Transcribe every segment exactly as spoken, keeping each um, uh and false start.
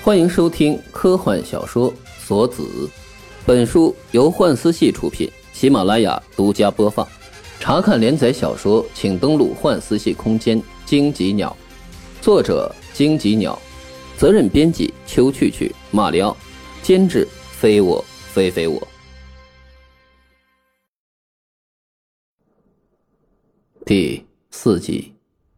欢迎收听科幻小说《锁子》，本书由幻思系出品，喜马拉雅独家播放。查看连载小说，请登录幻思系空间荆棘鸟，作者荆棘鸟，责任编辑邱去去、马里奥，监制非我非非我。第四集。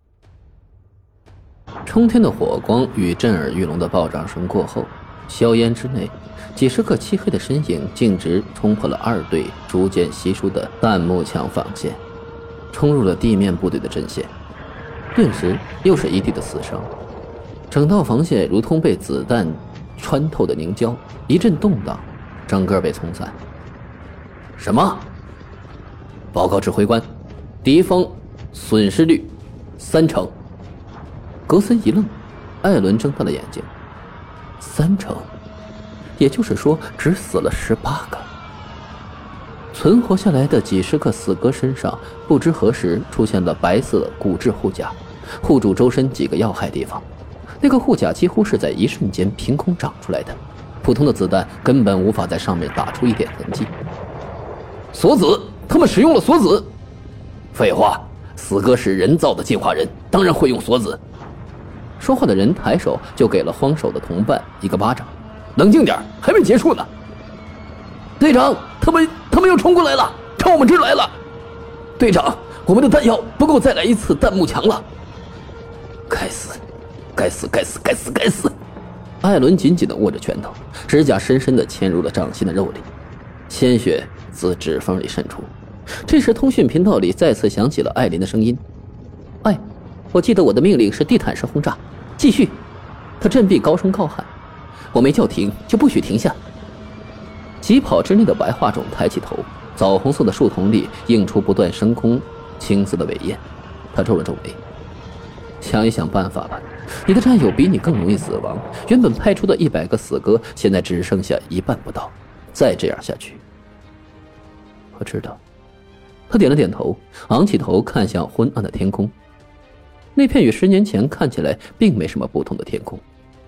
冲天的火光与震耳欲聋的爆炸声过后，硝烟之内，几十个漆黑的身影径直冲破了二队逐渐稀疏的弹幕墙防线，冲入了地面部队的阵线。顿时又是一地的死伤，整道防线如同被子弹穿透的凝胶，一阵动荡，整个被冲散。什么？报告指挥官，敌方损失率三成。格森一愣，艾伦睁大了眼睛。三成，也就是说只死了十八个。存活下来的几十个死哥身上不知何时出现了白色骨质护甲，护住周身几个要害地方。那个护甲几乎是在一瞬间凭空长出来的，普通的子弹根本无法在上面打出一点痕迹。锁子，他们使用了锁子。废话，死哥是人造的进化人，当然会用锁子。说话的人抬手就给了慌手的同伴一个巴掌。冷静点，还没结束呢。队长，他们他们又冲过来了，朝我们这儿来了。队长，我们的弹药不够再来一次弹幕墙了。该死该死该死该死该死！艾伦紧紧地握着拳头，指甲深深地嵌入了掌心的肉里，鲜血自指缝里渗出。这时通讯频道里再次响起了艾琳的声音：哎，我记得我的命令是地毯式轰炸，继续。他振臂高声高喊：我没叫停就不许停下。疾跑之内的白化种抬起头，枣红色的树丛里映出不断升空青色的尾焰。他皱了皱眉：想一想办法吧，你的战友比你更容易死亡，原本派出的一百个死哥现在只剩下一半不到，再这样下去。我知道。他点了点头，昂起头看向昏暗的天空，那片与十年前看起来并没什么不同的天空。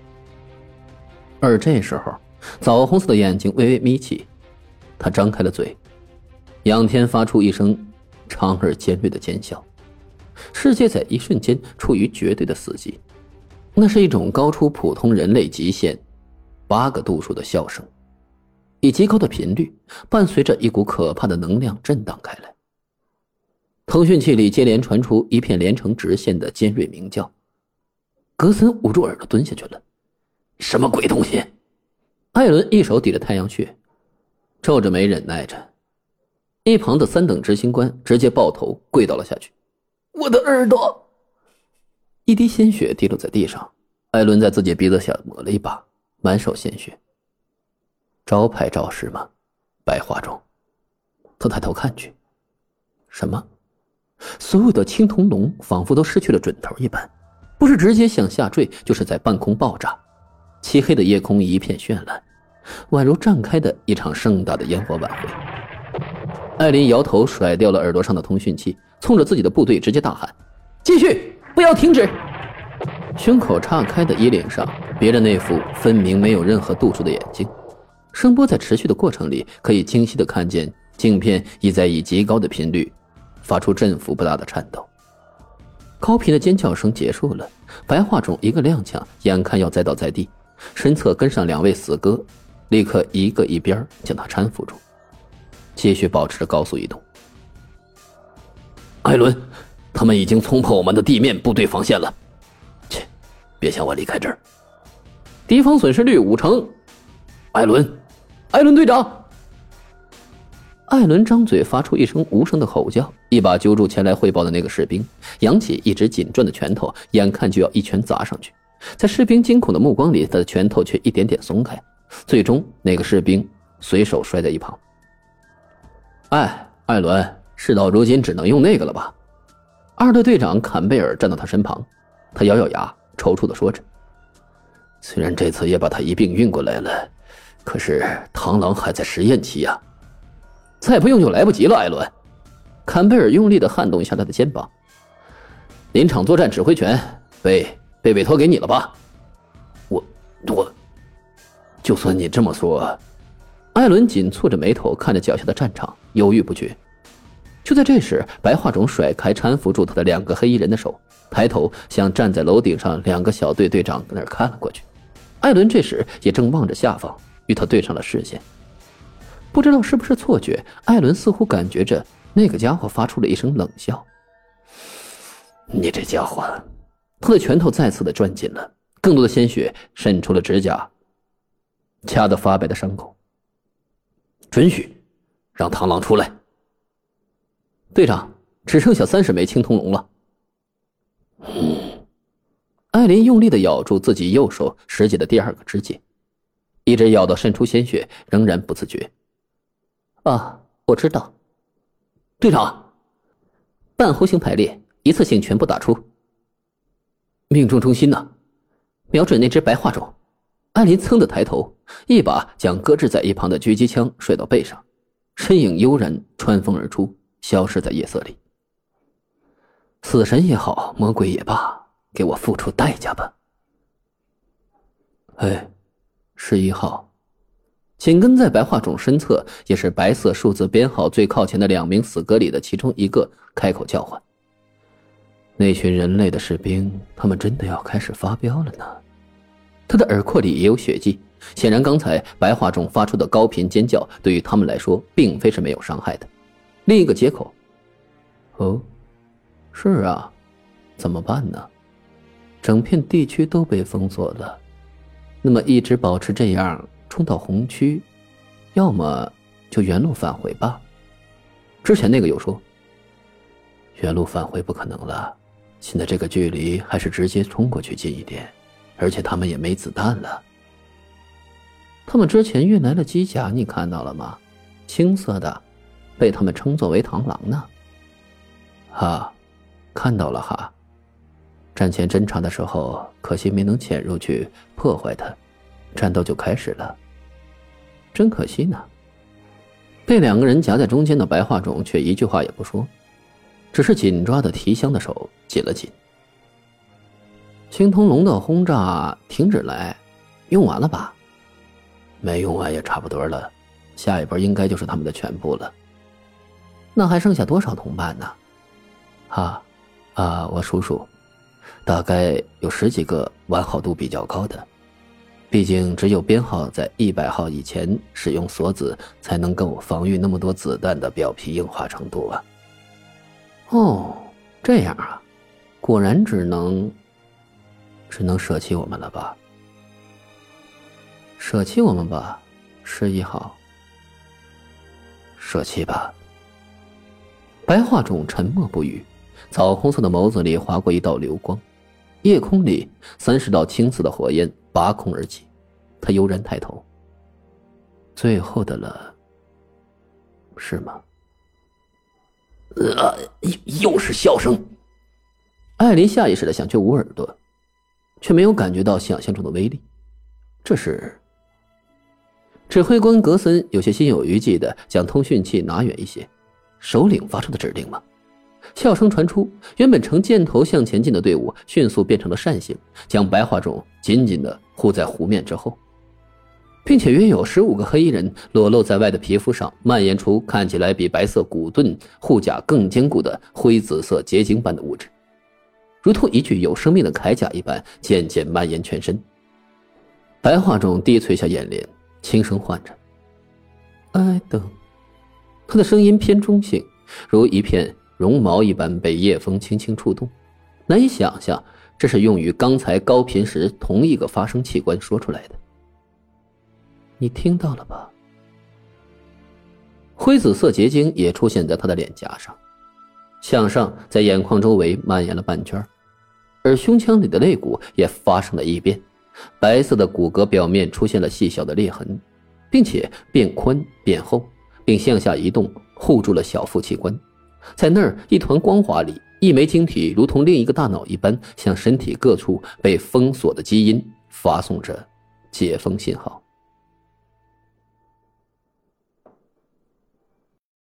而这时候，枣红色的眼睛微微眯起，他张开了嘴，仰天发出一声长而尖锐的尖笑。世界在一瞬间处于绝对的死寂，那是一种高出普通人类极限八个度数的笑声，以极高的频率，伴随着一股可怕的能量震荡开来。通讯器里接连传出一片连成直线的尖锐鸣叫。格森捂住耳朵蹲下去了。什么鬼东西？艾伦一手抵着太阳穴，皱着眉忍耐着。一旁的三等执行官直接抱头跪倒了下去。我的耳朵！一滴鲜血滴落在地上，艾伦在自己鼻子下抹了一把，满手鲜血。招牌招式吗？白化种。他抬头看去，什么？所有的青铜龙仿佛都失去了准头一般，不是直接向下坠，就是在半空爆炸。漆黑的夜空一片绚烂，宛如绽开的一场盛大的烟火晚会。艾琳摇头甩掉了耳朵上的通讯器，冲着自己的部队直接大喊：继续，不要停止！胸口岔开的衣领上别着那副分明没有任何度数的眼睛，声波在持续的过程里可以清晰地看见镜片已在以极高的频率发出振幅不大的颤抖。高频的尖叫声结束了，白化种一个踉跄，眼看要栽倒在地，身侧跟上两位死哥，立刻一个一边将他搀扶住，继续保持着高速移动。艾伦，他们已经冲破我们的地面部队防线了。切，别想我离开这儿。敌方损失率五成。艾伦，艾伦队长！艾伦张嘴发出一声无声的吼叫，一把揪住前来汇报的那个士兵，扬起一直紧攥的拳头，眼看就要一拳砸上去。在士兵惊恐的目光里，他的拳头却一点点松开，最终那个士兵随手摔在一旁。哎，艾伦，事到如今只能用那个了吧？二队队长坎贝尔站到他身旁，他咬咬牙，踌躇地说着：虽然这次也把他一并运过来了，可是螳螂还在实验期呀、啊。再不用就来不及了，艾伦。坎贝尔用力地撼动一下他的肩膀。临场作战指挥权被被委托给你了吧？我我就算你这么说。艾伦紧蹙着眉头看着脚下的战场，犹豫不决。就在这时，白化种甩开搀扶住他的两个黑衣人的手，抬头向站在楼顶上两个小队队长那儿看了过去。艾伦这时也正望着下方，与他对上了视线。不知道是不是错觉，艾伦似乎感觉着那个家伙发出了一声冷笑。你这家伙，他的拳头再次的攥紧了，更多的鲜血渗出了指甲，掐得发白的伤口。准许，让螳螂出来。队长，只剩下三十枚青铜龙了。嗯，艾琳用力地咬住自己右手食指的第二个指节，一直咬到渗出鲜血，仍然不自觉。啊，我知道。队长，半弧形排列，一次性全部打出。命中中心呢？瞄准那只白化种。艾琳噌的抬头，一把将搁置在一旁的狙击枪甩到背上，身影悠然穿风而出，消失在夜色里。死神也好，魔鬼也罢，给我付出代价吧。哎，十一号。紧跟在白化种身侧，也是白色数字编号最靠前的两名死歌里的其中一个开口叫唤。那群人类的士兵，他们真的要开始发飙了呢。他的耳廓里也有血迹，显然刚才白化种发出的高频尖叫对于他们来说并非是没有伤害的。另一个接口，哦，是啊，怎么办呢？整片地区都被封锁了，那么一直保持这样冲到红区，要么就原路返回吧。之前那个有说原路返回不可能了，现在这个距离还是直接冲过去近一点，而且他们也没子弹了。他们之前运来了机甲，你看到了吗？青色的，被他们称作为螳螂呢。哈，看到了哈。战前侦查的时候，可惜没能潜入去破坏它，战斗就开始了。真可惜呢。被两个人夹在中间的白化种却一句话也不说，只是紧抓的提箱的手紧了紧。青铜龙的轰炸停止来，用完了吧？没用完也差不多了，下一波应该就是他们的全部了。那还剩下多少同伴呢？啊啊，我数数，大概有十几个完好度比较高的，毕竟只有编号在一百号以前使用锁子才能够防御那么多子弹的表皮硬化程度啊。哦，这样啊，果然只能只能舍弃我们了吧？舍弃我们吧，十一号。舍弃吧。白化种沉默不语，枣红色的眸子里划过一道流光，夜空里三十道青色的火焰拔空而起。他悠然抬头，最后的了，是吗？呃，又是笑声。艾琳下意识地想去捂耳朵，却没有感觉到想象中的威力。这时，指挥官格森有些心有余悸地将通讯器拿远一些。首领发出的指令吗？笑声传出，原本呈箭头向前进的队伍迅速变成了扇形，将白化种紧紧地护在湖面之后，并且约有十五个黑衣人裸露在外的皮肤上蔓延出看起来比白色古盾护甲更坚固的灰紫色结晶般的物质，如同一具有生命的铠甲一般渐渐蔓延全身。白化种低垂下眼帘，轻声唤着艾登。他的声音偏中性，如一片绒毛一般被夜风轻轻触动，难以想象这是用于刚才高频时同一个发声器官说出来的。你听到了吧？灰紫色结晶也出现在他的脸颊上，向上在眼眶周围蔓延了半圈，而胸腔里的肋骨也发生了异变，白色的骨骼表面出现了细小的裂痕，并且变宽变厚，并向下移动，护住了小腹器官。在那儿一团光滑里，一枚晶体如同另一个大脑一般，向身体各处被封锁的基因发送着解封信号。